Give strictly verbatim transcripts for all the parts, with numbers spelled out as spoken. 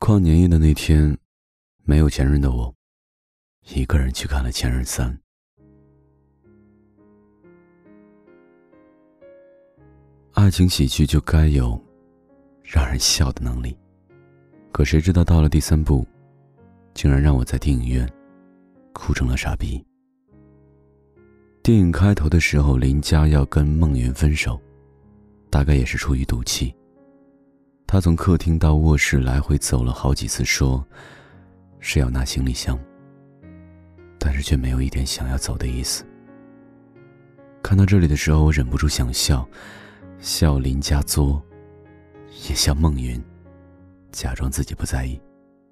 跨年夜的那天，没有前任的我，一个人去看了《前任三》。爱情喜剧就该有让人笑的能力，可谁知道到了第三部，竟然让我在电影院哭成了傻逼。电影开头的时候，林佳要跟孟云分手，大概也是出于赌气。他从客厅到卧室来回走了好几次，说是要拿行李箱，但是却没有一点想要走的意思。看到这里的时候，我忍不住想笑，笑林佳作，也笑孟云假装自己不在意。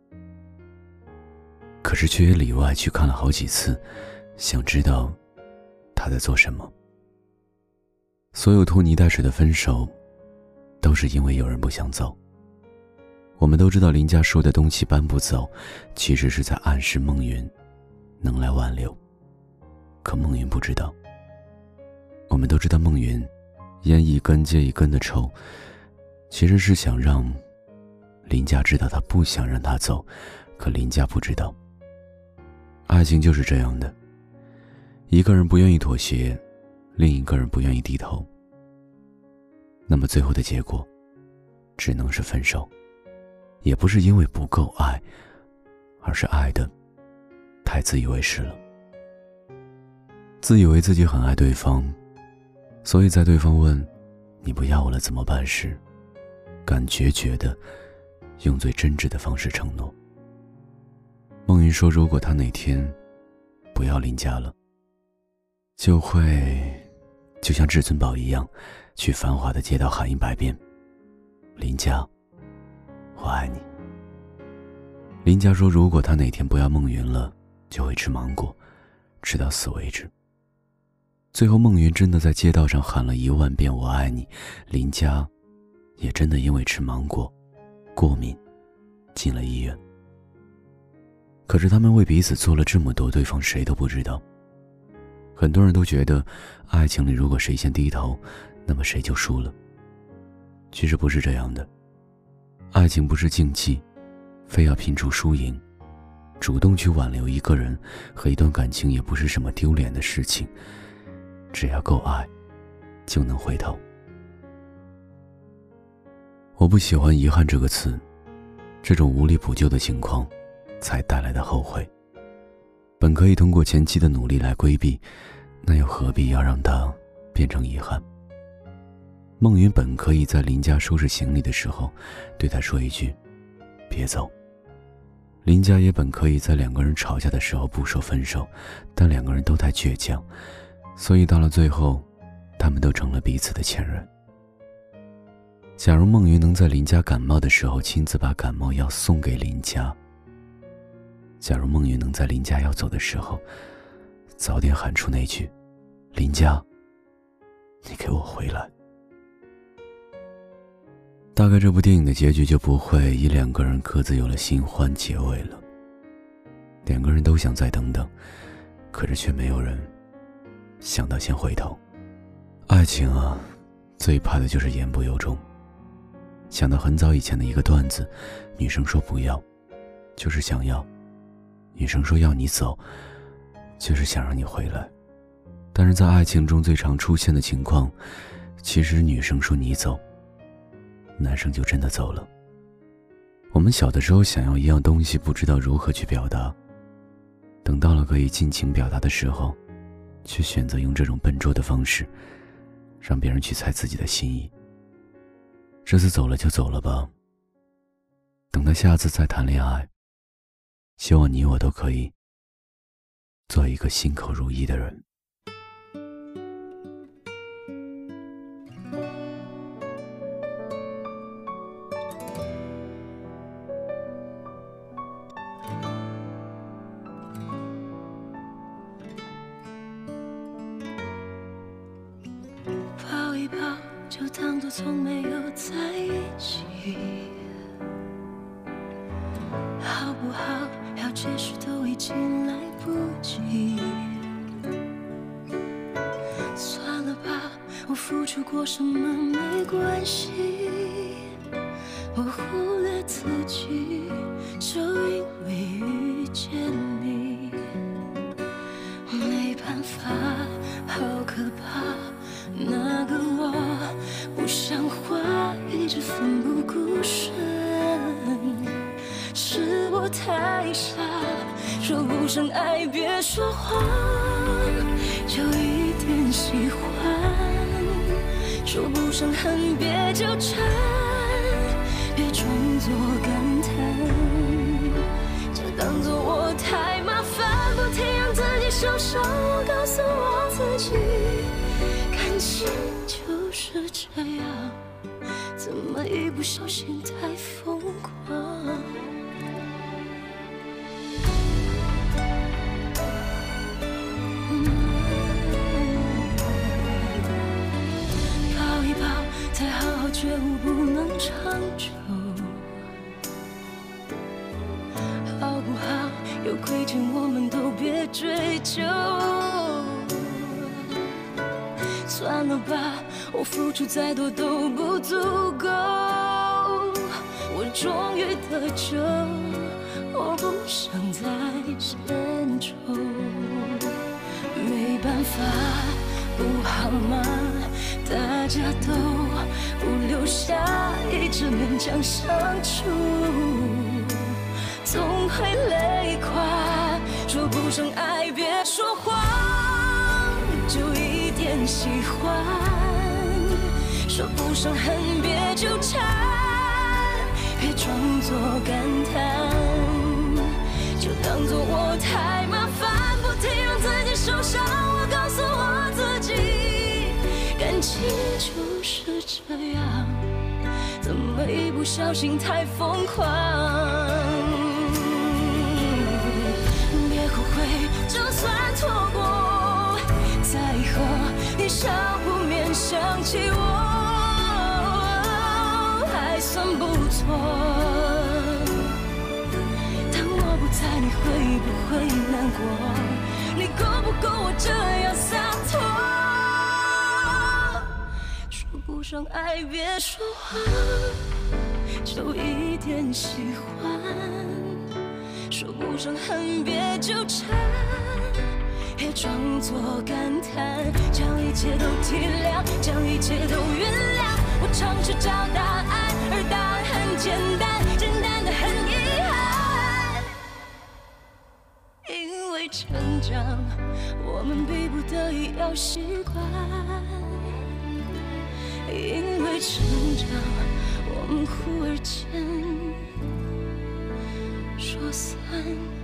可是却也里外去看了好几次，想知道他在做什么。所有拖泥带水的分手都是因为有人不想走。我们都知道林佳说的东西搬不走，其实是在暗示孟云能来挽留，可孟云不知道。我们都知道孟云烟一根接一根的抽，其实是想让林佳知道他不想让他走，可林佳不知道。爱情就是这样的，一个人不愿意妥协，另一个人不愿意低头，那么最后的结果只能是分手。也不是因为不够爱，而是爱的太自以为是了。自以为自己很爱对方，所以在对方问你不要我了怎么办时，敢决绝的用最真挚的方式承诺。孟云说，如果他哪天不要林佳了，就会就像至尊宝一样，去繁华的街道喊一百遍，林佳我爱你。林佳说，如果他哪天不要孟云了，就会吃芒果，吃到死为止。最后孟云真的在街道上喊了一万遍我爱你，林佳也真的因为吃芒果过敏进了医院。可是他们为彼此做了这么多，对方谁都不知道。很多人都觉得爱情里如果谁先低头，那么谁就输了。其实不是这样的，爱情不是竞技，非要拼出输赢。主动去挽留一个人和一段感情也不是什么丢脸的事情，只要够爱就能回头。我不喜欢遗憾这个词，这种无力补救的情况才带来的后悔，本可以通过前期的努力来规避，那又何必要让它变成遗憾。孟云本可以在林佳收拾行李的时候对他说一句别走，林佳也本可以在两个人吵架的时候不说分手，但两个人都太倔强，所以到了最后他们都成了彼此的前任。假如孟云能在林佳感冒的时候亲自把感冒药送给林佳，假如孟云能在林佳要走的时候早点喊出那句林佳你给我回来，大概这部电影的结局就不会以两个人各自有了新欢结尾了。两个人都想再等等，可是却没有人想到先回头。爱情啊，最怕的就是言不由衷。想到很早以前的一个段子，女生说不要就是想要，女生说要你走就是想让你回来。但是在爱情中最常出现的情况，其实女生说你走，男生就真的走了。我们小的时候想要一样东西，不知道如何去表达，等到了可以尽情表达的时候，却选择用这种笨拙的方式让别人去猜自己的心意。这次走了就走了吧，等到下次再谈恋爱，希望你我都可以做一个心口如一的人。 抱一抱就当作从没有在一起，好不好要解释都已经来不及。算了吧，我付出过什么没关系，我忽略自己。 我太傻，说不上爱别说谎，就一点喜欢，说不上恨别纠缠，别装作感叹，就当作我太麻烦，不停让自己受伤。我告诉我自己，感情就是这样，怎么一不小心太疯狂。抱一抱，才好好觉悟，不能长久。好不好？有亏欠我们都别追究。算了吧，我付出再多都不足够。我终于得救，我不想再献丑。没办法，不好吗？大家都不留下，一直勉强相处，总会累垮。说不上爱别说谎，就一点喜欢，说不上恨别纠缠，别装作感叹，就当作我太麻烦，不停让自己受伤。我告诉我自己，感情就是这样，怎么一不小心太疯狂。别后悔，就算错过，在和你少不免想起我，还算不错。当我不在，你会不会难过？你够不够我这样洒脱？说不上爱别说谎，就一点喜欢，说不上恨别纠缠，别装作感叹，将一切都体谅，将一切都原谅。我常去找答案，而答案很简单，简单的很遗憾。因为成长，我们逼不得已要习惯；因为成长，我们忽而间说散。